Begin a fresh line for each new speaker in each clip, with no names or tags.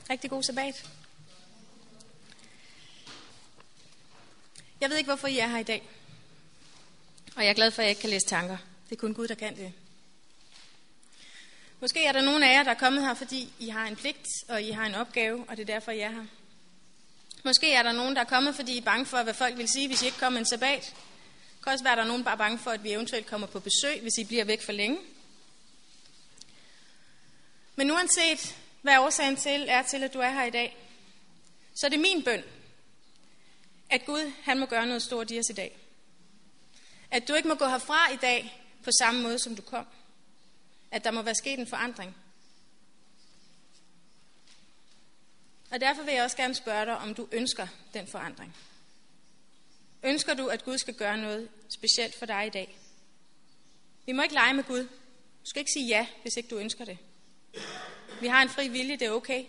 Rigtig god sabbat. Jeg ved ikke, hvorfor I er her i dag. Og jeg er glad for, at jeg ikke kan læse tanker. Det er kun Gud, der kan det. Måske er der nogen af jer, der er kommet her, fordi I har en pligt, og I har en opgave, og det er derfor, I er her. Måske er der nogen, der er kommet, fordi I er bange for, hvad folk vil sige, hvis I ikke kommer en sabbat. Det kan også være, at der er nogen, der er bange for, at vi eventuelt kommer på besøg, hvis I bliver væk for længe. Men uanset hvad årsagen til, at du er her i dag, så er det min bøn, at Gud, han må gøre noget stort i os i dag. At du ikke må gå herfra i dag på samme måde, som du kom. At der må være sket en forandring. Og derfor vil jeg også gerne spørge dig, om du ønsker den forandring. Ønsker du, at Gud skal gøre noget specielt for dig i dag? Vi må ikke lege med Gud. Du skal ikke sige ja, hvis ikke du ønsker det. Vi har en fri vilje, det er okay.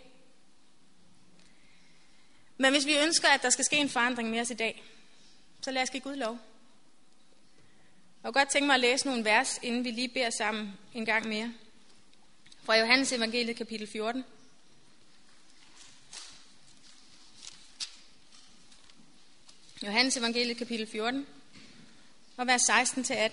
Men hvis vi ønsker, at der skal ske en forandring med os i dag, så lad os give Gud lov. Jeg kunne godt tænke mig at læse nogle vers, inden vi lige beder sammen en gang mere. Fra Johannes evangeliet kapitel 14. Johannes evangeliet kapitel 14, og vers 16-18.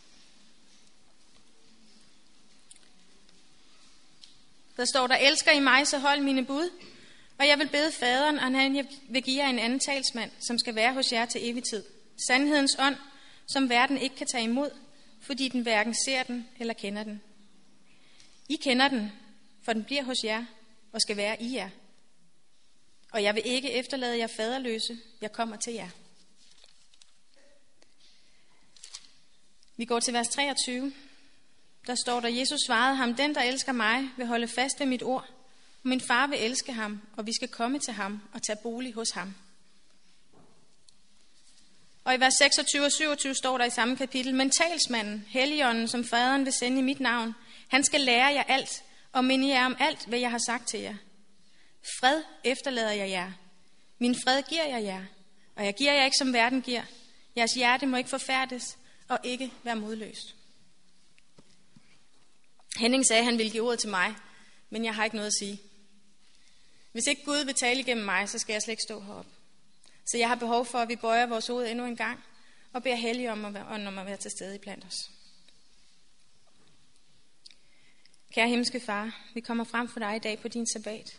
Der står, der elsker I mig, så hold mine bud, og jeg vil bede faderen, og han vil give jer en anden talsmand, som skal være hos jer til evig tid. Sandhedens ånd, som verden ikke kan tage imod, fordi den hverken ser den eller kender den. I kender den, for den bliver hos jer og skal være i jer. Og jeg vil ikke efterlade jer faderløse, jeg kommer til jer. Vi går til vers 23. Der står der, Jesus svarede ham, den der elsker mig vil holde fast ved mit ord, og min far vil elske ham, og vi skal komme til ham og tage bolig hos ham. Og i vers 26 og 27 står der i samme kapitel, men talsmanden, Helligånden, som faderen vil sende i mit navn, han skal lære jer alt og minde jer om alt, hvad jeg har sagt til jer. Fred efterlader jeg jer. Min fred giver jeg jer, og jeg giver jer ikke, som verden giver. Jeres hjerte må ikke forfærdes og ikke være modløst. Henning sagde, at han ville give ordet til mig, men jeg har ikke noget at sige. Hvis ikke Gud vil tale igennem mig, så skal jeg slet ikke stå heroppe. Så jeg har behov for, at vi bøjer vores hoved endnu en gang, og beder Helligånden om at være til stede iblandt os. Kære himmelske far, vi kommer frem for dig i dag på din sabbat.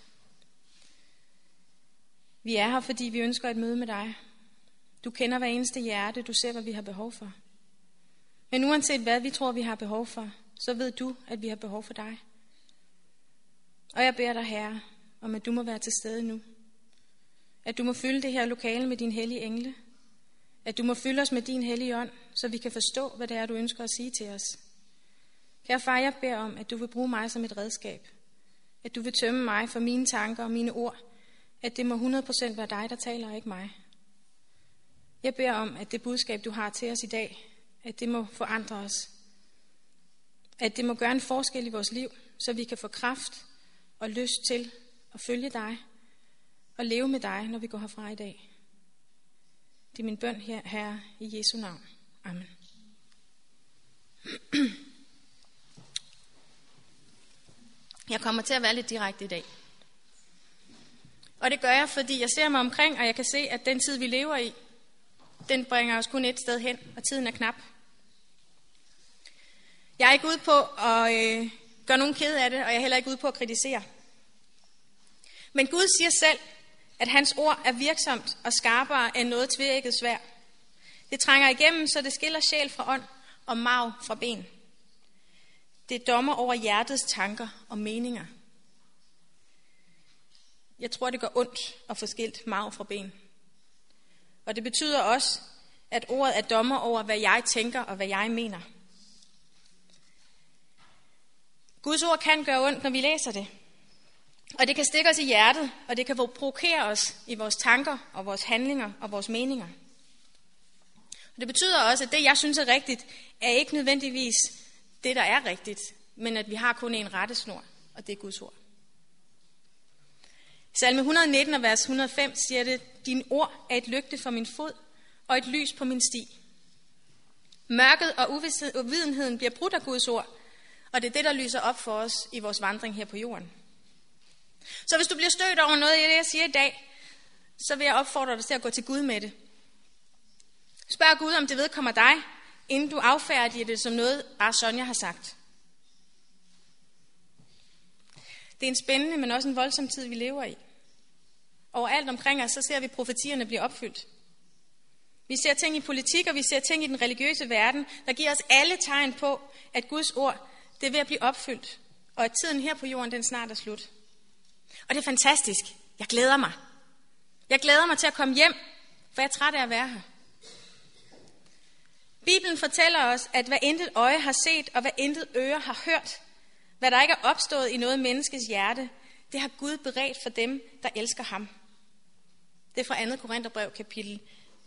Vi er her, fordi vi ønsker et møde med dig. Du kender hver eneste hjerte, du ser, hvad vi har behov for. Men uanset hvad vi tror, vi har behov for, så ved du, at vi har behov for dig. Og jeg beder dig, Herre, om at du må være til stede nu. At du må fylde det her lokale med din hellige engle. At du må fylde os med din hellige ånd, så vi kan forstå, hvad det er, du ønsker at sige til os. Kære far, jeg beder om, at du vil bruge mig som et redskab. At du vil tømme mig for mine tanker og mine ord. At det må 100% være dig, der taler, og ikke mig. Jeg beder om, at det budskab, du har til os i dag, at det må forandre os. At det må gøre en forskel i vores liv, så vi kan få kraft og lyst til at følge dig og leve med dig, når vi går herfra i dag. Det er min bøn her, Herre, i Jesu navn. Amen. Jeg kommer til at være lidt direkte i dag. Og det gør jeg, fordi jeg ser mig omkring, og jeg kan se, at den tid, vi lever i, den bringer os kun et sted hen, og tiden er knap. Jeg er ikke ude på at gøre nogen ked af det, og jeg er heller ikke ude på at kritisere. Men Gud siger selv, at hans ord er virksomt og skarpere end noget tveægget sværd. Det trænger igennem, så det skiller sjæl fra ånd og marv fra ben. Det dommer over hjertets tanker og meninger. Jeg tror, det gør ondt at få skilt marv fra ben. Og det betyder også, at ordet er dommer over, hvad jeg tænker og hvad jeg mener. Guds ord kan gøre ondt, når vi læser det. Og det kan stikke os i hjertet, og det kan provokere os i vores tanker og vores handlinger og vores meninger. Og det betyder også, at det, jeg synes er rigtigt, er ikke nødvendigvis det, der er rigtigt, men at vi har kun en rettesnor, og det er Guds ord. Salme 119 og vers 105 siger det, din ord er et lygte for min fod og et lys på min sti. Mørket og uvidenheden bliver brudt af Guds ord, og det er det, der lyser op for os i vores vandring her på jorden. Så hvis du bliver stødt over noget af det, jeg siger i dag, så vil jeg opfordre dig til at gå til Gud med det. Spørg Gud, om det vedkommer dig, inden du affærdiger det som noget, bare Sonja har sagt. Det er en spændende, men også en voldsom tid, vi lever i. Overalt omkring os, så ser vi profetierne blive opfyldt. Vi ser ting i politik, og vi ser ting i den religiøse verden, der giver os alle tegn på, at Guds ord, det er ved at blive opfyldt, og at tiden her på jorden, den snart er slut. Og det er fantastisk. Jeg glæder mig. Jeg glæder mig til at komme hjem, for jeg er træt af at være her. Bibelen fortæller os, at hvad intet øje har set, og hvad intet øre har hørt, hvad der ikke er opstået i noget menneskes hjerte, det har Gud beredt for dem, der elsker ham. Det er fra 2. Korintherbrev, kapitel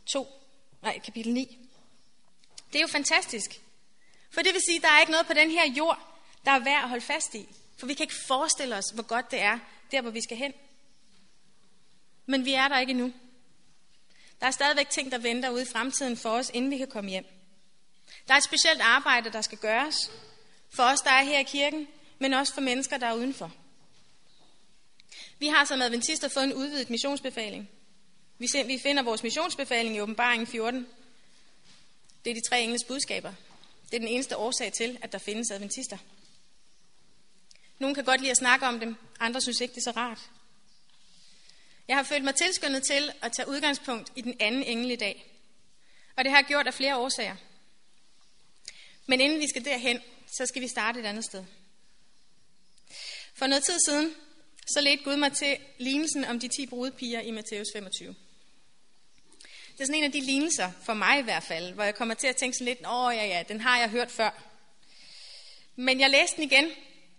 9. Det er jo fantastisk. For det vil sige, at der er ikke noget på den her jord, der er værd at holde fast i. For vi kan ikke forestille os, hvor godt det er, der hvor vi skal hen. Men vi er der ikke endnu. Der er stadigvæk ting, der venter ude i fremtiden for os, inden vi kan komme hjem. Der er et specielt arbejde, der skal gøres. For os, der er her i kirken, men også for mennesker, der er udenfor. Vi har som adventister fået en udvidet missionsbefaling. Vi finder vores missionsbefaling i Åbenbaringen 14. Det er de 3 engles budskaber. Det er den eneste årsag til, at der findes adventister. Nogle kan godt lide at snakke om dem, andre synes ikke, det er så rart. Jeg har følt mig tilskyndet til at tage udgangspunkt i den anden engel i dag. Og det har jeg gjort af flere årsager. Men inden vi skal derhen, så skal vi starte et andet sted. For noget tid siden, så ledte Gud mig til lignelsen om de 10 brudepiger i Matthæus 25. Det er sådan en af de lignelser, for mig i hvert fald, hvor jeg kommer til at tænke sådan lidt, ja, den har jeg hørt før. Men jeg læste den igen,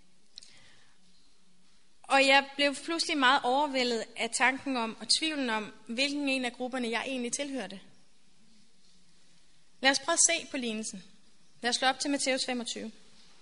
og jeg blev pludselig meget overvældet af tanken om og tvivlen om, hvilken en af grupperne jeg egentlig tilhørte. Lad os prøve at se på lignelsen. Lad os slå op til Matthæus 25.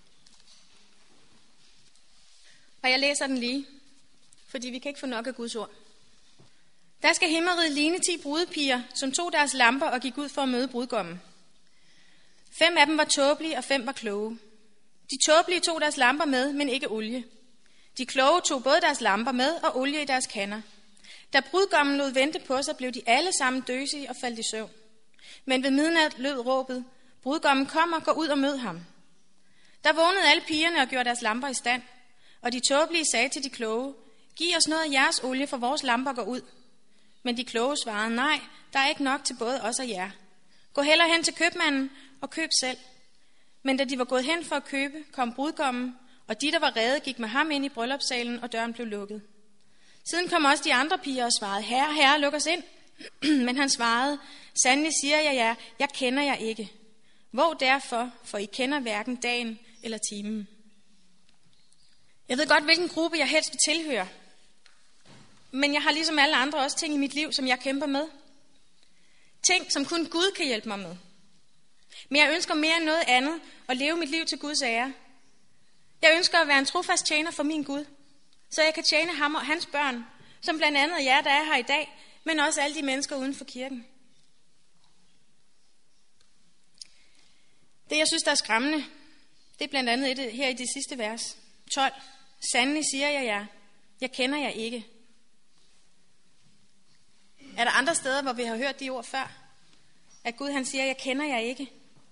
Og jeg læser den lige, fordi vi kan ikke få nok af Guds ord. Der skal himmeriget ligne 10 brudepiger, som tog deres lamper og gik ud for at møde brudgommen. 5 af dem var tåbelige, og 5 var kloge. De tåbelige tog deres lamper med, men ikke olie. De kloge tog både deres lamper med og olie i deres kander. Da brudgommen lod vente på sig, blev de alle sammen døsige og faldt i søvn. Men ved midnat lød råbet, brudgommen kommer, gå ud og mød ham. Der vågnede alle pigerne og gjorde deres lamper i stand. Og de tåbelige sagde til de kloge, giv os noget af jeres olie, for vores lamper går ud. Men de kloge svarede, nej, der er ikke nok til både os og jer. Gå hellere hen til købmanden og køb selv. Men da de var gået hen for at købe, kom brudgommen, og de, der var rede, gik med ham ind i bryllupssalen, og døren blev lukket. Siden kom også de andre piger og svarede, herre, herre, luk os ind. Men han svarede, sandelig siger jeg jer, jeg kender jer ikke. Våg derfor, for I kender hverken dagen eller timen. Jeg ved godt, hvilken gruppe jeg helst vil tilhøre. Men jeg har ligesom alle andre også ting i mit liv, som jeg kæmper med. Ting, som kun Gud kan hjælpe mig med. Men jeg ønsker mere end noget andet at leve mit liv til Guds ære. Jeg ønsker at være en trofast tjener for min Gud, så jeg kan tjene ham og hans børn, som blandt andet jer, der er her i dag, men også alle de mennesker uden for kirken. Det, jeg synes, der er skræmmende, det er blandt andet her i det sidste vers. 12. Sandelig siger jeg jer, jeg kender jer ikke. Er der andre steder, hvor vi har hørt de ord før? At Gud han siger, jeg kender jer ikke.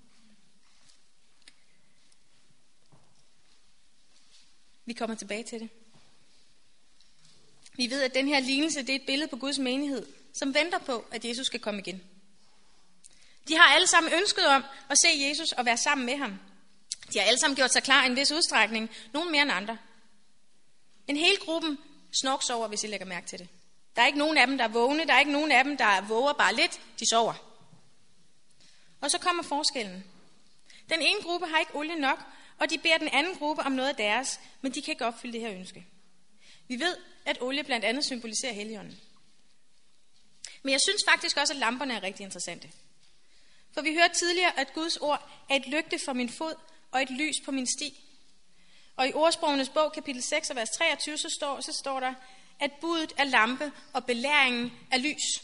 Vi kommer tilbage til det. Vi ved, at den her lignelse, det er et billede på Guds menighed, som venter på, at Jesus skal komme igen. De har alle sammen ønsket om at se Jesus og være sammen med ham. De har alle sammen gjort sig klar i en vis udstrækning, nogen mere end andre. Men hele gruppen snorksover, hvis I lægger mærke til det. Der er ikke nogen af dem, der er vågne, der er ikke nogen af dem, der våger bare lidt, de sover. Og så kommer forskellen. Den ene gruppe har ikke olie nok, og de beder den anden gruppe om noget af deres, men de kan ikke opfylde det her ønske. Vi ved, at olie blandt andet symboliserer Helligånden. Men jeg synes faktisk også, at lamperne er rigtig interessante. For vi hørte tidligere, at Guds ord er et lygte for min fod og et lys på min sti. Og i Ordsprogenes bog, kapitel 6, vers 23, så står der, at budet er lampe og belæringen er lys.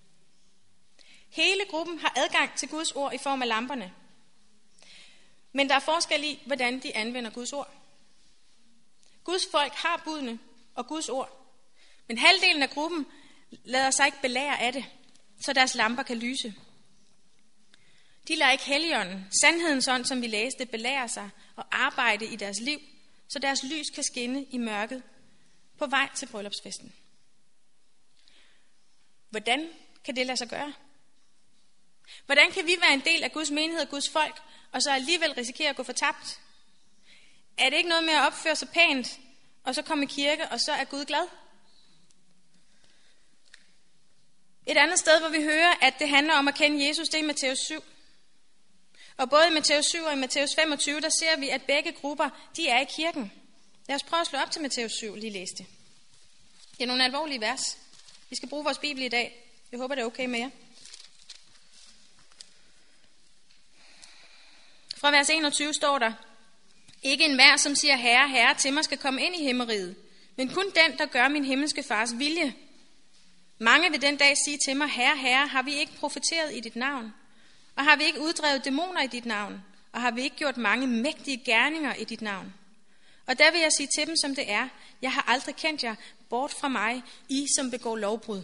Hele gruppen har adgang til Guds ord i form af lamperne. Men der er forskel i, hvordan de anvender Guds ord. Guds folk har budene og Guds ord, Men halvdelen af gruppen lader sig ikke belære af det, så deres lamper kan lyse. De lader ikke Helligånden, sandhedens ånd, som vi læste, belære sig og arbejde i deres liv, så deres lys kan skinne i mørket på vej til bryllupsfesten. Hvordan kan det lade sig gøre? Hvordan kan vi være en del af Guds menighed og Guds folk, og så alligevel risikere at gå fortabt? Er det ikke noget med at opføre sig pænt, og så komme i kirke, og så er Gud glad? Et andet sted, hvor vi hører, at det handler om at kende Jesus, det er i Matthæus 7. Og både i Matthæus 7 og i Matthæus 25, der ser vi, at begge grupper, de er i kirken. Lad os prøve at slå op til Matthæus 7, lige læse det. Det er nogle alvorlige vers. Vi skal bruge vores bibel i dag. Jeg håber, det er okay med jer. Fra vers 21 står der: Ikke enhver, som siger herre, herre til mig, skal komme ind i himmeriget, men kun den, der gør min himmelske fars vilje. Mange vil den dag sige til mig, herre, herre, har vi ikke profeteret i dit navn? Og har vi ikke uddrevet dæmoner i dit navn? Og har vi ikke gjort mange mægtige gerninger i dit navn? Og der vil jeg sige til dem, som det er: Jeg har aldrig kendt jer, bort fra mig, I som begår lovbrud.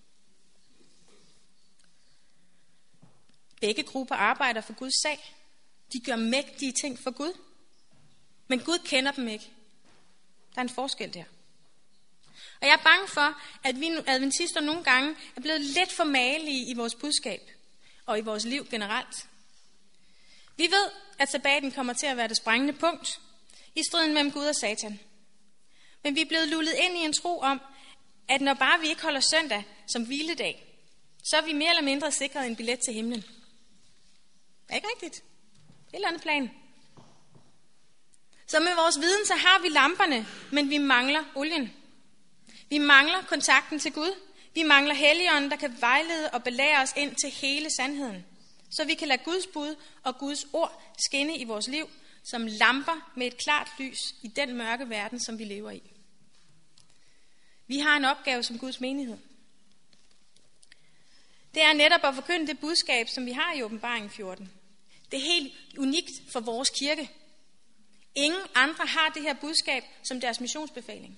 Begge grupper arbejder for Guds sag. De gør mægtige ting for Gud. Men Gud kender dem ikke. Der er en forskel der. Og jeg er bange for, at vi adventister nogle gange er blevet lidt for malige i vores budskab og i vores liv generelt. Vi ved, at sabbaten kommer til at være det sprængende punkt i striden mellem Gud og Satan. Men vi er blevet lullet ind i en tro om, at når bare vi ikke holder søndag som hviledag, så er vi mere eller mindre sikret en billet til himlen. Er ikke rigtigt? Et eller andet plan. Så med vores viden, så har vi lamperne, men vi mangler olien. Vi mangler kontakten til Gud. Vi mangler Helligånden, der kan vejlede og belære os ind til hele sandheden. Så vi kan lade Guds bud og Guds ord skinne i vores liv som lamper med et klart lys i den mørke verden, som vi lever i. Vi har en opgave som Guds menighed. Det er netop at forkynde det budskab, som vi har i Åbenbaringen 14. Det er helt unikt for vores kirke. Ingen andre har det her budskab som deres missionsbefaling.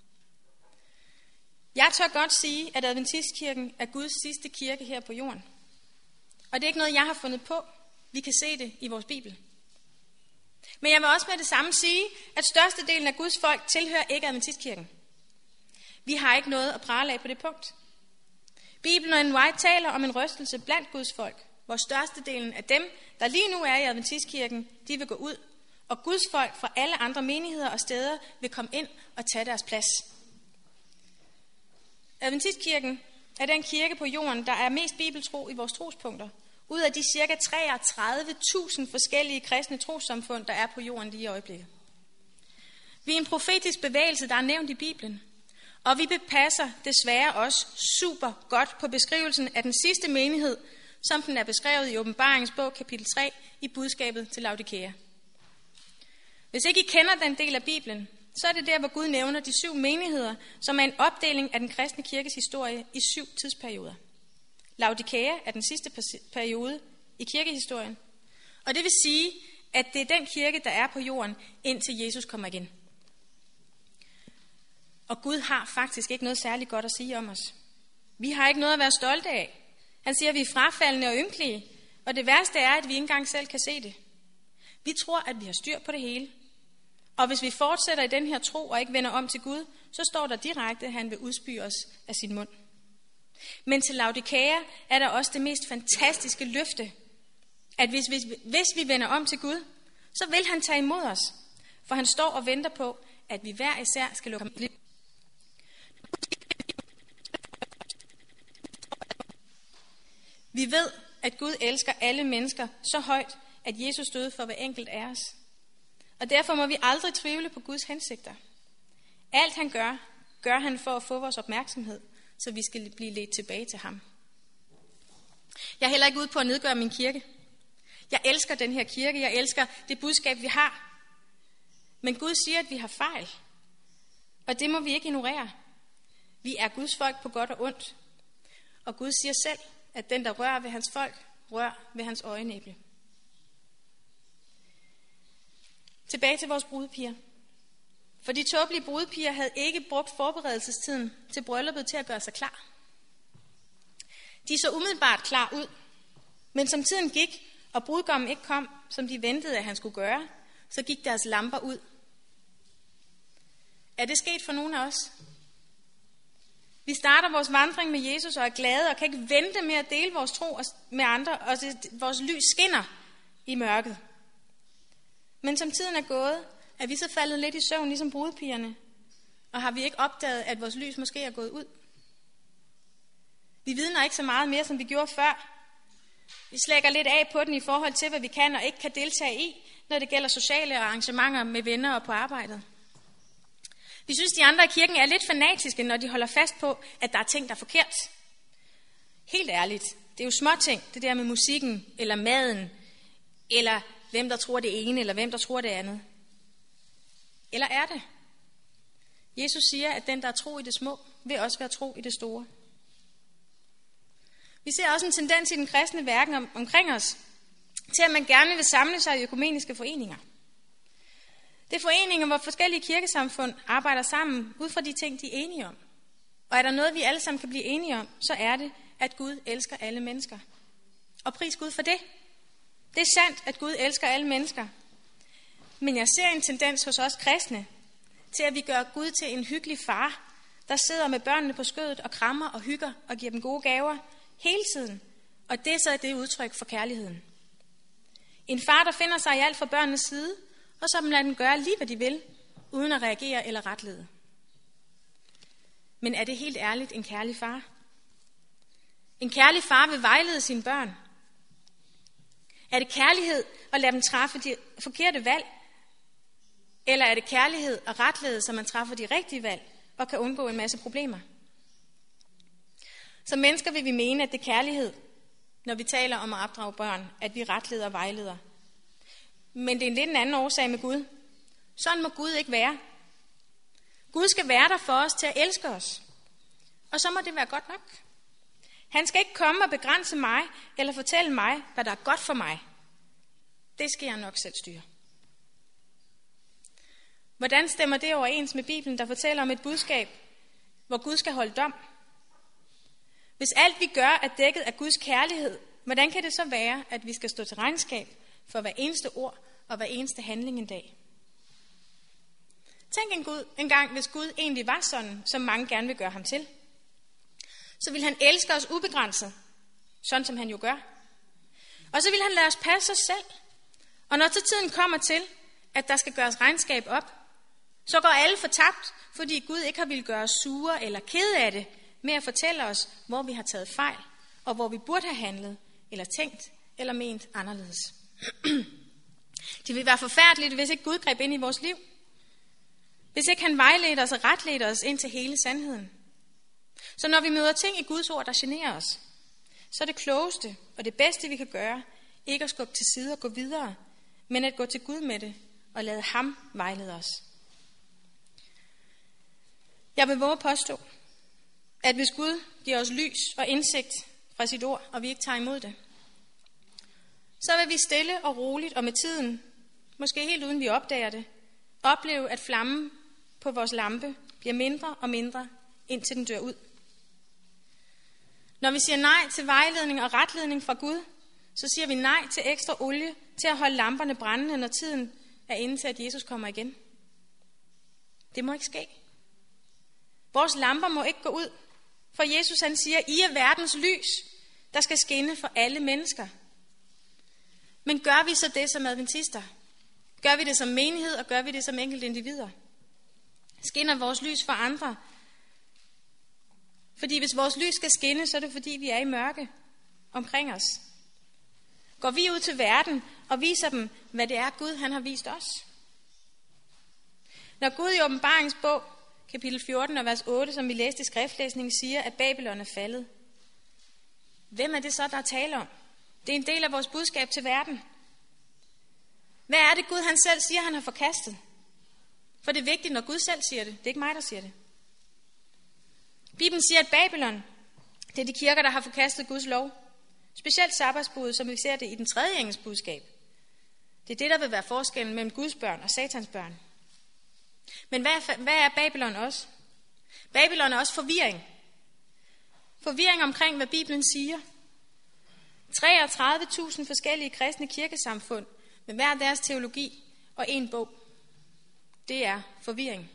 Jeg tør godt sige, at Adventistkirken er Guds sidste kirke her på jorden. Og det er ikke noget, jeg har fundet på. Vi kan se det i vores bibel. Men jeg vil også med det samme sige, at størstedelen af Guds folk tilhører ikke Adventistkirken. Vi har ikke noget at prale af på det punkt. Bibelen og Ellen White taler om en rystelse blandt Guds folk, hvor størstedelen af dem, der lige nu er i Adventistkirken, de vil gå ud, og Guds folk fra alle andre menigheder og steder vil komme ind og tage deres plads. Adventistkirken er den kirke på jorden, der er mest bibeltro i vores trospunkter, ud af de ca. 33.000 forskellige kristne trossamfund, der er på jorden lige i øjeblikket. Vi er en profetisk bevægelse, der er nævnt i Bibelen, og vi bepasser desværre også super godt på beskrivelsen af den sidste menighed, som den er beskrevet i Åbenbaringens bog, kapitel 3, i budskabet til Laodikea. Hvis ikke I kender den del af Bibelen, så er det der, hvor Gud nævner de 7 menigheder, som er en opdeling af den kristne kirkes historie i 7 tidsperioder. Laodikea er den sidste periode i kirkehistorien, og det vil sige, at det er den kirke, der er på jorden, indtil Jesus kommer igen. Og Gud har faktisk ikke noget særligt godt at sige om os. Vi har ikke noget at være stolte af. Han siger, at vi er frafaldende og ynkelige, og det værste er, at vi ikke engang selv kan se det. Vi tror, at vi har styr på det hele. Og hvis vi fortsætter i den her tro og ikke vender om til Gud, så står der direkte, at han vil udspy os af sin mund. Men til Laodikea er der også det mest fantastiske løfte, at hvis vi vender om til Gud, så vil han tage imod os. For han står og venter på, at vi hver især skal lukke ham i. Vi ved, at Gud elsker alle mennesker så højt, at Jesus døde for hver enkelt af os. Og derfor må vi aldrig tvivle på Guds hensigter. Alt han gør han for at få vores opmærksomhed, så vi skal blive ledt tilbage til ham. Jeg er heller ikke ude på at nedgøre min kirke. Jeg elsker den her kirke. Jeg elsker det budskab, vi har. Men Gud siger, at vi har fejl. Og det må vi ikke ignorere. Vi er Guds folk på godt og ondt. Og Gud siger selv, at den, der rører ved hans folk, rører ved hans øjenæble. Tilbage til vores brudepiger. For de tåbelige brudepiger havde ikke brugt forberedelsestiden til brylluppet til at gøre sig klar. De så umiddelbart klar ud, men som tiden gik, og brudgommen ikke kom, som de ventede, at han skulle gøre, så gik deres lamper ud. Er det sket for nogen af os? Vi starter vores vandring med Jesus og er glade og kan ikke vente med at dele vores tro med andre, og vores lys skinner i mørket. Men som tiden er gået, er vi så faldet lidt i søvn, ligesom brudepigerne, og har vi ikke opdaget, at vores lys måske er gået ud. Vi vidner ikke så meget mere, som vi gjorde før. Vi slækker lidt af på den i forhold til, hvad vi kan og ikke kan deltage i, når det gælder sociale arrangementer med venner og på arbejdet. Vi synes, de andre i kirken er lidt fanatiske, når de holder fast på, at der er ting, der er forkert. Helt ærligt, det er jo småting, det der med musikken, eller maden, eller hvem der tror det ene, eller hvem der tror det andet. Eller er det? Jesus siger, at den, der er tro i det små, vil også være tro i det store. Vi ser også en tendens i den kristne verden omkring os, til at man gerne vil samle sig i økumeniske foreninger. Det er foreninger, hvor forskellige kirkesamfund arbejder sammen ud fra de ting, de er enige om. Og er der noget, vi alle sammen kan blive enige om, så er det, at Gud elsker alle mennesker. Og pris Gud for det. Det er sandt, at Gud elsker alle mennesker. Men jeg ser en tendens hos os kristne, til at vi gør Gud til en hyggelig far, der sidder med børnene på skødet og krammer og hygger og giver dem gode gaver hele tiden. Og det er så det udtryk for kærligheden. En far, der finder sig i alt fra børnenes side, og som lader dem gøre lige, hvad de vil, uden at reagere eller retlede. Men er det helt ærligt en kærlig far? En kærlig far vil vejlede sine børn. Er det kærlighed at lade dem træffe de forkerte valg? Eller er det kærlighed og retlede, så man træffer de rigtige valg og kan undgå en masse problemer? Som mennesker vil vi mene, at det er kærlighed, når vi taler om at opdrage børn, at vi retleder og vejleder. Men det er en lidt en anden årsag med Gud. Sådan må Gud ikke være. Gud skal være der for os til at elske os. Og så må det være godt nok. Han skal ikke komme og begrænse mig, eller fortælle mig, hvad der er godt for mig. Det skal jeg nok selv styre. Hvordan stemmer det overens med Bibelen, der fortæller om et budskab, hvor Gud skal holde dom? Hvis alt vi gør er dækket af Guds kærlighed, hvordan kan det så være, at vi skal stå til regnskab for hver eneste ord og hver eneste handling en dag? Tænk en gang, hvis Gud egentlig var sådan, som mange gerne vil gøre ham til. Så vil han elske os ubegrænset, sådan som han jo gør. Og så vil han lade os passe os selv. Og når så tiden kommer til, at der skal gøres regnskab op, så går alle fortabt, fordi Gud ikke har ville gøre os sure eller kede af det, med at fortælle os, hvor vi har taget fejl, og hvor vi burde have handlet, eller tænkt, eller ment anderledes. Det vil være forfærdeligt, hvis ikke Gud greb ind i vores liv. Hvis ikke han vejledte os og retledte os ind til hele sandheden. Så når vi møder ting i Guds ord, der generer os, så er det klogeste og det bedste, vi kan gøre, ikke at skubbe til side og gå videre, men at gå til Gud med det og lade ham vejlede os. Jeg vil våge påstå, at hvis Gud giver os lys og indsigt fra sit ord, og vi ikke tager imod det, så vil vi stille og roligt og med tiden, måske helt uden vi opdager det, opleve, at flammen på vores lampe bliver mindre og mindre, indtil den dør ud. Når vi siger nej til vejledning og retledning fra Gud, så siger vi nej til ekstra olie til at holde lamperne brændende, når tiden er inde til, at Jesus kommer igen. Det må ikke ske. Vores lamper må ikke gå ud, for Jesus han siger, I er verdens lys, der skal skinne for alle mennesker. Men gør vi så det som adventister? Gør vi det som menighed, og gør vi det som enkelte individer? Skinner vores lys for andre? Fordi hvis vores lys skal skinne, så er det fordi, vi er i mørke omkring os. Går vi ud til verden og viser dem, hvad det er, Gud han har vist os? Når Gud i Åbenbaringsbog, kapitel 14 og vers 8, som vi læste i skriftlæsningen, siger, at Babylon er faldet. Hvem er det så, der er tale om? Det er en del af vores budskab til verden. Hvad er det, Gud han selv siger, han har forkastet? For det er vigtigt, når Gud selv siger det. Det er ikke mig, der siger det. Bibelen siger, at Babylon, det er de kirker, der har forkastet Guds lov. Specielt sabbatsbuddet, som vi ser det i den tredje engels budskab. Det er det, der vil være forskellen mellem Guds børn og Satans børn. Men hvad er Babylon også? Babylon er også forvirring. Forvirring omkring, hvad Bibelen siger. 33.000 forskellige kristne kirkesamfund med hver deres teologi og en bog. Det er forvirring.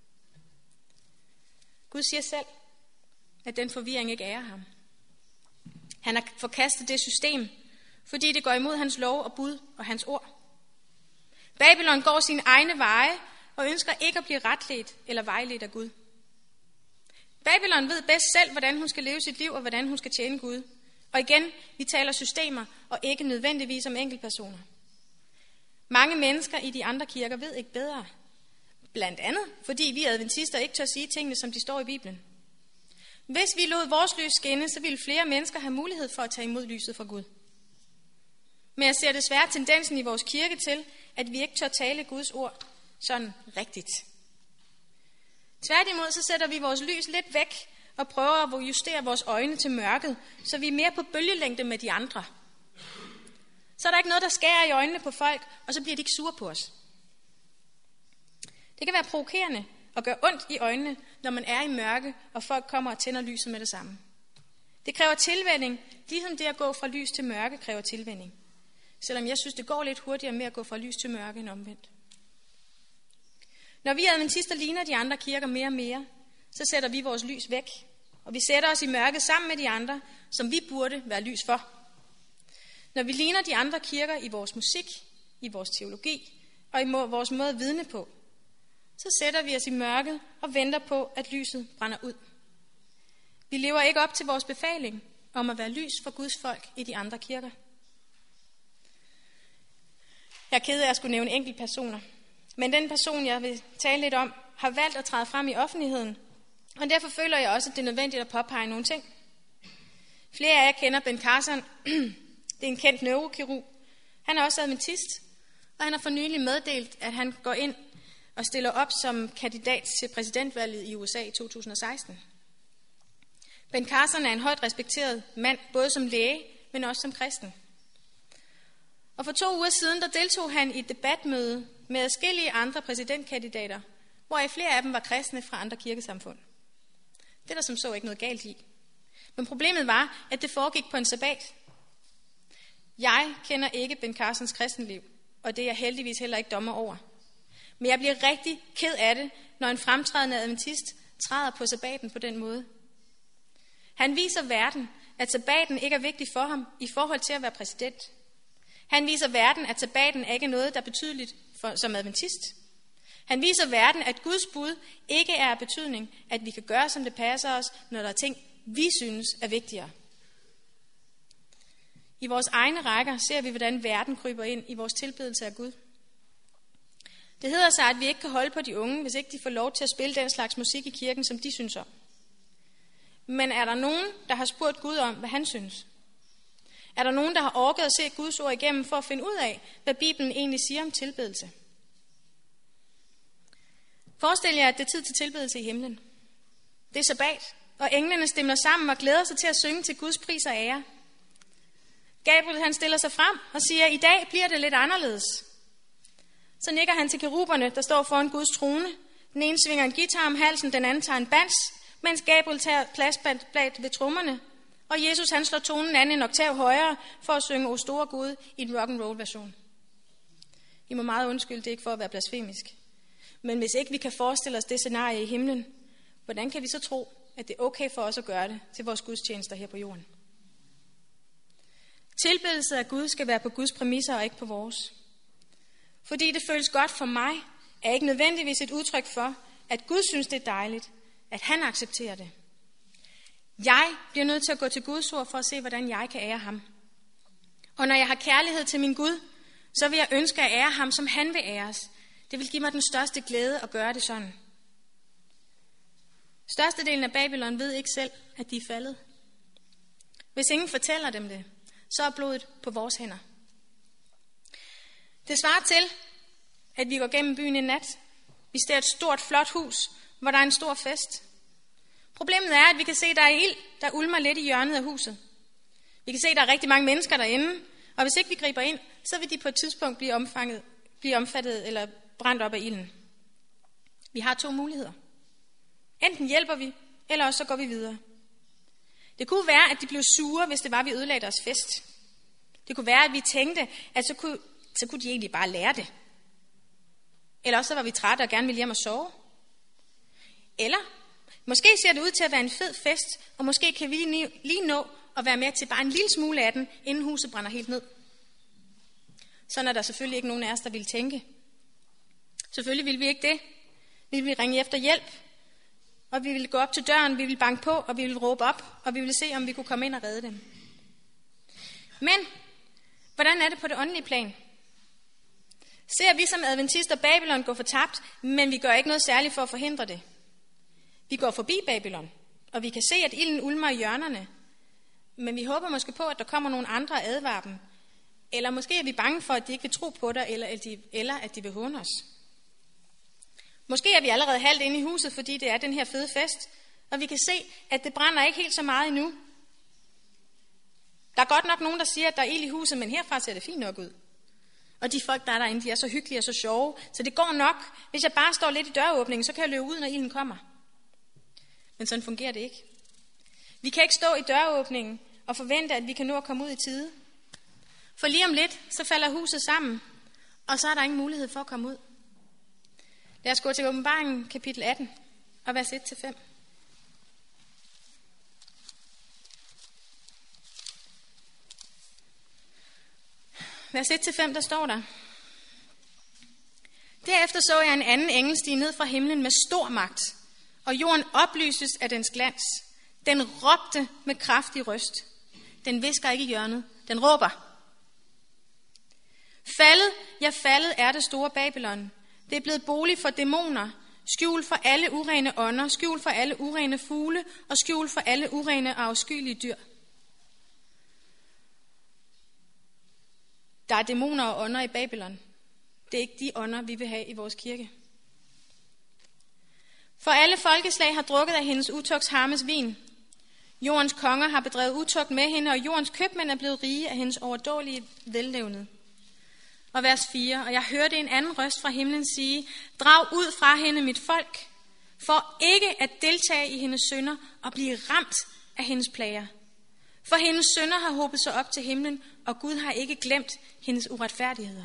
Gud siger selv, at den forvirring ikke ærer ham. Han har forkastet det system, fordi det går imod hans lov og bud og hans ord. Babylon går sine egne veje og ønsker ikke at blive retledt eller vejledt af Gud. Babylon ved bedst selv, hvordan hun skal leve sit liv og hvordan hun skal tjene Gud. Og igen, vi taler systemer og ikke nødvendigvis om enkeltpersoner. Mange mennesker i de andre kirker ved ikke bedre. Blandt andet, fordi vi adventister ikke tør sige tingene, som de står i Bibelen. Hvis vi lod vores lys skinne, så ville flere mennesker have mulighed for at tage imod lyset fra Gud. Men jeg ser desværre tendensen i vores kirke til, at vi ikke tør tale Guds ord sådan rigtigt. Tværtimod så sætter vi vores lys lidt væk og prøver at justere vores øjne til mørket, så vi er mere på bølgelængde med de andre. Så er der ikke noget, der skærer i øjnene på folk, og så bliver de ikke sure på os. Det kan være provokerende og gøre ondt i øjnene, når man er i mørke, og folk kommer og tænder lyset med det samme. Det kræver tilvænning, ligesom det at gå fra lys til mørke kræver tilvænning. Selvom jeg synes, det går lidt hurtigere med at gå fra lys til mørke end omvendt. Når vi adventister ligner de andre kirker mere og mere, så sætter vi vores lys væk, og vi sætter os i mørket sammen med de andre, som vi burde være lys for. Når vi ligner de andre kirker i vores musik, i vores teologi og i vores måde at vidne på, så sætter vi os i mørket og venter på, at lyset brænder ud. Vi lever ikke op til vores befaling om at være lys for Guds folk i de andre kirker. Jeg er ked af at skulle nævne enkeltpersoner, men den person, jeg vil tale lidt om, har valgt at træde frem i offentligheden, og derfor føler jeg også, at det er nødvendigt at påpege nogle ting. Flere af jer kender Ben Carson. Det er en kendt neurokirurg. Han er også adventist, og han har for nylig meddelt, at han går ind og stiller op som kandidat til præsidentvalget i USA i 2016. Ben Carson er en højt respekteret mand, både som læge, men også som kristen. Og for 2 uger siden, der deltog han i et debatmøde med adskillige andre præsidentkandidater, hvoraf flere af dem var kristne fra andre kirkesamfund. Det er der som så ikke noget galt i. Men problemet var, at det foregik på en sabbat. Jeg kender ikke Ben Carsons kristenliv, og det er jeg heldigvis heller ikke dommer over. Men jeg bliver rigtig ked af det, når en fremtrædende adventist træder på sabbaten på den måde. Han viser verden, at sabbaten ikke er vigtig for ham i forhold til at være præsident. Han viser verden, at sabbaten ikke er noget, der er betydeligt som adventist. Han viser verden, at Guds bud ikke er af betydning, at vi kan gøre, som det passer os, når der er ting, vi synes er vigtigere. I vores egne rækker ser vi, hvordan verden kryber ind i vores tilbedelse af Gud. Det hedder sig, at vi ikke kan holde på de unge, hvis ikke de får lov til at spille den slags musik i kirken, som de synes om. Men er der nogen, der har spurgt Gud om, hvad han synes? Er der nogen, der har orket at se Guds ord igennem for at finde ud af, hvad Bibelen egentlig siger om tilbedelse? Forestil jer, at det er tid til tilbedelse i himlen. Det er sabbat, og englene stemmer sammen og glæder sig til at synge til Guds pris og ære. Gabriel han stiller sig frem og siger, at i dag bliver det lidt anderledes. Så nikker han til keruberne, der står foran Guds trone. Den ene svinger en guitar om halsen, den anden tager en bans, mens Gabriel tager pladsblad ved trommerne. Og Jesus han slår tonen an en oktav højere for at synge O store Gud i en rock'n'roll version. I må meget undskylde, det er ikke for at være blasfemisk. Men hvis ikke vi kan forestille os det scenarie i himlen, hvordan kan vi så tro, at det er okay for os at gøre det til vores gudstjenester her på jorden? Tilbedelse af Gud skal være på Guds præmisser og ikke på vores. Fordi det føles godt for mig, er ikke nødvendigvis et udtryk for, at Gud synes det er dejligt, at han accepterer det. Jeg bliver nødt til at gå til Guds ord for at se, hvordan jeg kan ære ham. Og når jeg har kærlighed til min Gud, så vil jeg ønske at ære ham, som han vil æres. Det vil give mig den største glæde at gøre det sådan. Størstedelen af Babylon ved ikke selv, at de er faldet. Hvis ingen fortæller dem det, så er blodet på vores hænder. Det svarer til, at vi går gennem byen en nat. Vi ser et stort, flot hus, hvor der er en stor fest. Problemet er, at vi kan se, at der er ild, der ulmer lidt i hjørnet af huset. Vi kan se, at der er rigtig mange mennesker derinde, og hvis ikke vi griber ind, så vil de på et tidspunkt blive omfattet eller brændt op af ilden. Vi har 2 muligheder. Enten hjælper vi, eller også så går vi videre. Det kunne være, at de blev sure, hvis det var, vi ødelagde deres fest. Det kunne være, at vi tænkte, at så kunne de egentlig bare lære det. Eller også så var vi trætte og gerne ville hjem og sove. Eller måske ser det ud til at være en fed fest, og måske kan vi lige nå at være med til bare en lille smule af den, inden huset brænder helt ned. Sådan er der selvfølgelig ikke nogen af os, der ville tænke. Selvfølgelig ville vi ikke det. Vi ville ringe efter hjælp, og vi ville gå op til døren, vi ville banke på, og vi ville råbe op, og vi ville se, om vi kunne komme ind og redde dem. Men hvordan er det på det åndelige plan? Ser vi som adventister Babylon gå fortabt, men vi gør ikke noget særligt for at forhindre det. Vi går forbi Babylon, og vi kan se, at ilden ulmer i hjørnerne. Men vi håber måske på, at der kommer nogle andre og advarer dem. Eller måske er vi bange for, at de ikke vil tro på dig, eller at de vil håne os. Måske er vi allerede halvt inde i huset, fordi det er den her fede fest, og vi kan se, at det brænder ikke helt så meget endnu. Der er godt nok nogen, der siger, at der er ild i huset, men herfra ser det fint nok ud. Og de folk, der er derinde, de er så hyggelige og så sjove, så det går nok. Hvis jeg bare står lidt i døråbningen, så kan jeg løbe ud, når ilden kommer. Men sådan fungerer det ikke. Vi kan ikke stå i døråbningen og forvente, at vi kan nå at komme ud i tide. For lige om lidt, så falder huset sammen, og så er der ingen mulighed for at komme ud. Lad os gå til Åbenbaringen, kapitel 18, og vers 1-5. Vers 1-5, der står der: Derefter så jeg en anden engel stige ned fra himlen med stor magt, og jorden oplyses af dens glans. Den råbte med kraftig røst. Den hvisker ikke i hjørnet, den råber. Faldet, ja faldet er det store Babylon. Det er blevet bolig for dæmoner, skjul for alle urene ånder, skjul for alle urene fugle og skjul for alle urene og afskyelige dyr. Der er dæmoner og ånder i Babylon. Det er ikke de ånder, vi vil have i vores kirke. For alle folkeslag har drukket af hendes utugtsharmes vin. Jordens konger har bedrevet utugt med hende, og jordens købmænd er blevet rige af hendes overdådige vellevned. Og vers 4, og jeg hørte en anden røst fra himlen sige: Drag ud fra hende, mit folk, for ikke at deltage i hendes synder og blive ramt af hendes plager. For hendes synder har hobet sig op til himlen, og Gud har ikke glemt hendes uretfærdigheder.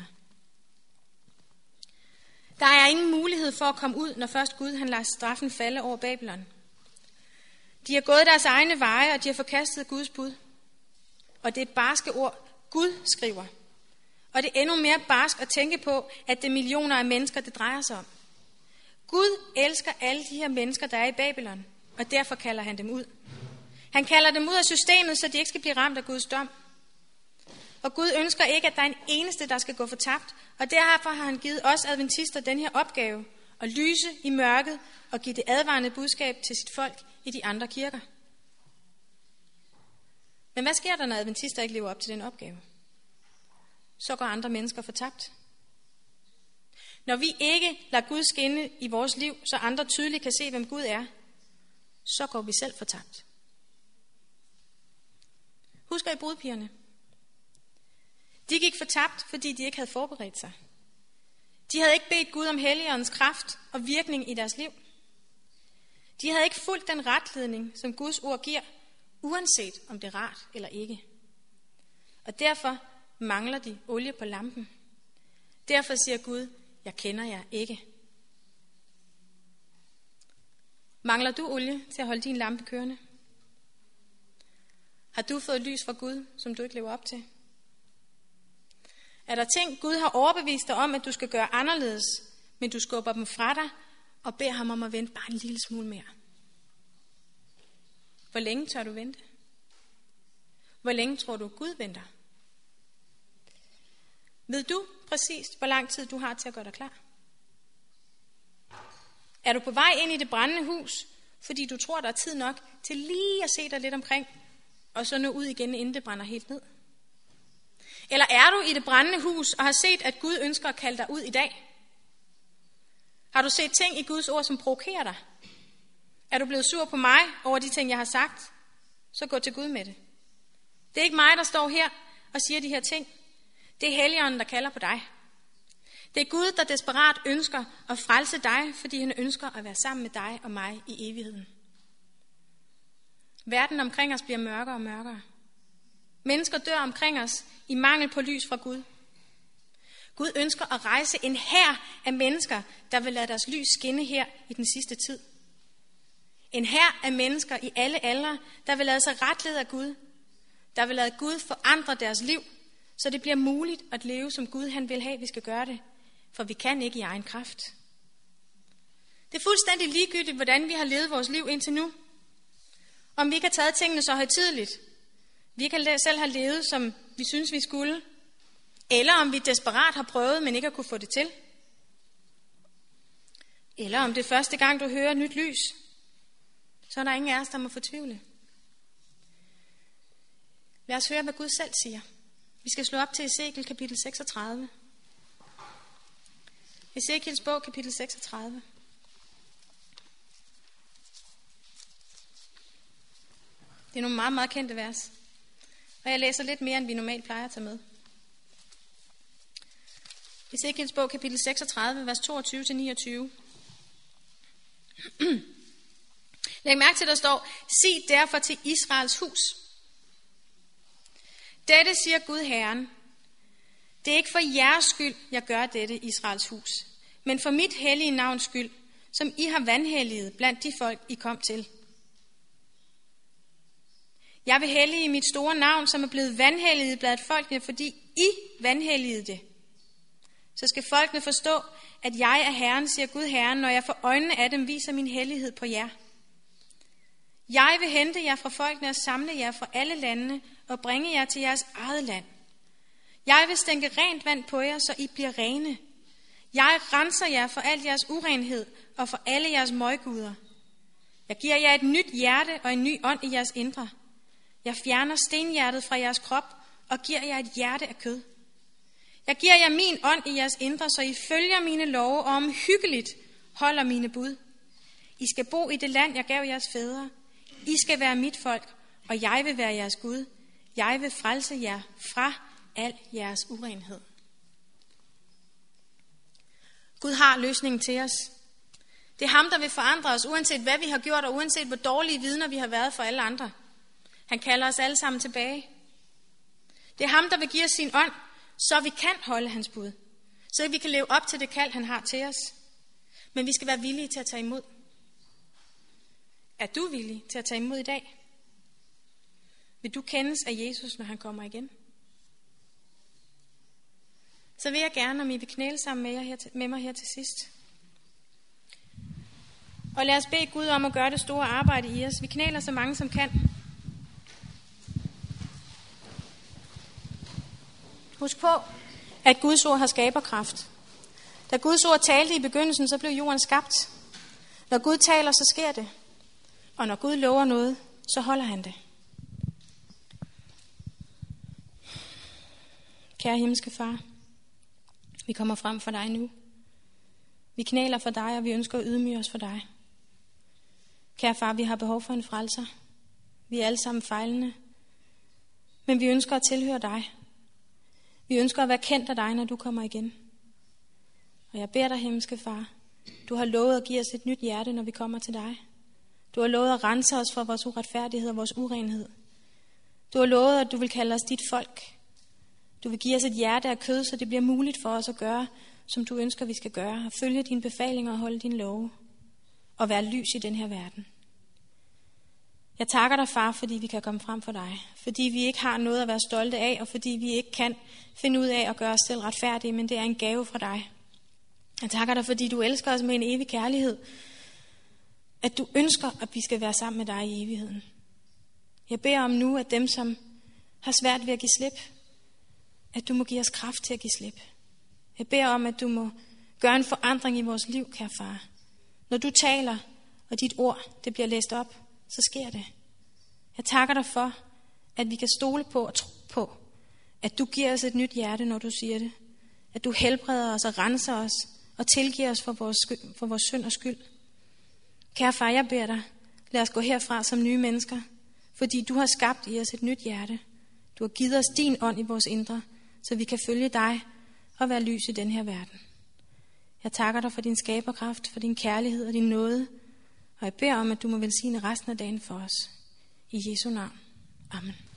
Der er ingen mulighed for at komme ud, når først Gud han lader straffen falde over Babylon. De har gået deres egne veje, og de har forkastet Guds bud. Og det er barske ord, Gud skriver. Og det er endnu mere barsk at tænke på, at det er millioner af mennesker, det drejer sig om. Gud elsker alle de her mennesker, der er i Babylon, og derfor kalder han dem ud. Han kalder dem ud af systemet, så de ikke skal blive ramt af Guds dom. Og Gud ønsker ikke, at der er en eneste, der skal gå fortabt, og derfor har han givet os adventister den her opgave, at lyse i mørket og give det advarende budskab til sit folk i de andre kirker. Men hvad sker der, når adventister ikke lever op til den opgave? Så går andre mennesker fortabt. Når vi ikke lader Gud skinne i vores liv, så andre tydeligt kan se, hvem Gud er, så går vi selv fortabt. Husker I brudpigerne? De gik fortabt, fordi de ikke havde forberedt sig. De havde ikke bedt Gud om Helligåndens kraft og virkning i deres liv. De havde ikke fulgt den retledning, som Guds ord giver, uanset om det er rart eller ikke. Og derfor mangler de olie på lampen. Derfor siger Gud, jeg kender jer ikke. Mangler du olie til at holde din lampe kørende? Har du fået lys fra Gud, som du ikke lever op til? Er der ting, Gud har overbevist dig om, at du skal gøre anderledes, men du skubber dem fra dig og beder ham om at vente bare en lille smule mere? Hvor længe tør du vente? Hvor længe tror du, Gud venter? Ved du præcis, hvor lang tid du har til at gøre dig klar? Er du på vej ind i det brændende hus, fordi du tror, der er tid nok til lige at se dig lidt omkring, og så nå ud igen, inden det brænder helt ned? Eller er du i det brændende hus og har set, at Gud ønsker at kalde dig ud i dag? Har du set ting i Guds ord, som provokerer dig? Er du blevet sur på mig over de ting, jeg har sagt? Så gå til Gud med det. Det er ikke mig, der står her og siger de her ting. Det er Helligånden, der kalder på dig. Det er Gud, der desperat ønsker at frelse dig, fordi han ønsker at være sammen med dig og mig i evigheden. Verden omkring os bliver mørkere og mørkere. Mennesker dør omkring os i mangel på lys fra Gud. Gud ønsker at rejse en hær af mennesker, der vil lade deres lys skinne her i den sidste tid. En hær af mennesker i alle aldre, der vil lade sig retlede af Gud. Der vil lade Gud forandre deres liv, så det bliver muligt at leve, som Gud han vil have, vi skal gøre det. For vi kan ikke i egen kraft. Det er fuldstændig ligegyldigt, hvordan vi har levet vores liv indtil nu. Om vi ikke har taget tingene så højtideligt. Vi kan selv have levet, som vi synes, vi skulle. Eller om vi desperat har prøvet, men ikke har kunne få det til. Eller om det er første gang, du hører et nyt lys. Så er der ingen af os, der må fortvivle. Lad os høre, hvad Gud selv siger. Vi skal slå op til Ezekiel kapitel 36. Ezekiels bog, kapitel 36. Det er nogle meget, meget kendte vers. Og jeg læser lidt mere, end vi normalt plejer at tage med. Ezekiels bog, kapitel 36, vers 22-29. Læg mærke til, der står, sig derfor til Israels hus. Dette siger Gud Herren. Det er ikke for jeres skyld, jeg gør dette, Israels hus, men for mit hellige navns skyld, som I har vanhelliget blandt de folk, I kom til. Jeg vil hellige mit store navn, som er blevet vanhelliget blandt folkene, fordi I vanhelligede det. Så skal folkene forstå, at jeg er Herren, siger Gud Herren, når jeg for øjnene af dem viser min hellighed på jer. Jeg vil hente jer fra folkene og samle jer fra alle landene og bringe jer til jeres eget land. Jeg vil stænke rent vand på jer, så I bliver rene. Jeg renser jer for al jeres urenhed og for alle jeres møgguder. Jeg giver jer et nyt hjerte og en ny ånd i jeres indre. Jeg fjerner stenhjertet fra jeres krop og giver jer et hjerte af kød. Jeg giver jer min ånd i jeres indre, så I følger mine love og omhyggeligt holder mine bud. I skal bo i det land, jeg gav jeres fædre. I skal være mit folk, og jeg vil være jeres Gud. Jeg vil frelse jer fra al jeres urenhed. Gud har løsningen til os. Det er ham, der vil forandre os, uanset hvad vi har gjort, og uanset hvor dårlige vidner vi har været for alle andre. Han kalder os alle sammen tilbage. Det er ham, der vil give os sin ånd, så vi kan holde hans bud. Så vi kan leve op til det kald, han har til os. Men vi skal være villige til at tage imod. Er du villig til at tage imod i dag? Vil du kendes af Jesus, når han kommer igen? Så vil jeg gerne, om I vil knæle sammen med mig her til sidst. Og lad os bede Gud om at gøre det store arbejde i os. Vi knæler så mange som kan. Husk på, at Guds ord har skaberkraft. Da Guds ord talte i begyndelsen, så blev jorden skabt. Når Gud taler, så sker det. Og når Gud lover noget, så holder han det. Kære himmelske far, vi kommer frem for dig nu. Vi knæler for dig, og vi ønsker at ydmyge os for dig. Kære far, vi har behov for en frelser. Vi er alle sammen fejlende. Men vi ønsker at tilhøre dig. Vi ønsker at være kendt af dig, når du kommer igen. Og jeg beder dig, himmelske far, du har lovet at give os et nyt hjerte, når vi kommer til dig. Du har lovet at rense os for vores uretfærdighed og vores urenhed. Du har lovet, at du vil kalde os dit folk. Du vil give os et hjerte af kød, så det bliver muligt for os at gøre, som du ønsker, vi skal gøre. Og følge dine befalinger og holde dine love. Og være lys i den her verden. Jeg takker dig, far, fordi vi kan komme frem for dig. Fordi vi ikke har noget at være stolte af, og fordi vi ikke kan finde ud af at gøre os selv retfærdige, men det er en gave fra dig. Jeg takker dig, fordi du elsker os med en evig kærlighed. At du ønsker, at vi skal være sammen med dig i evigheden. Jeg beder om nu, at dem, som har svært ved at give slip, at du må give os kraft til at give slip. Jeg beder om, at du må gøre en forandring i vores liv, kære far. Når du taler, og dit ord, det bliver læst op, så sker det. Jeg takker dig for, at vi kan stole på og tro på, at du giver os et nyt hjerte, når du siger det. At du helbreder os og renser os og tilgiver os for vores synd og skyld. Kære far, jeg beder dig, lad os gå herfra som nye mennesker, fordi du har skabt i os et nyt hjerte. Du har givet os din ånd i vores indre, så vi kan følge dig og være lys i den her verden. Jeg takker dig for din skaberkraft, for din kærlighed og din nåde. Og jeg beder om, at du må velsigne resten af dagen for os. I Jesu navn. Amen.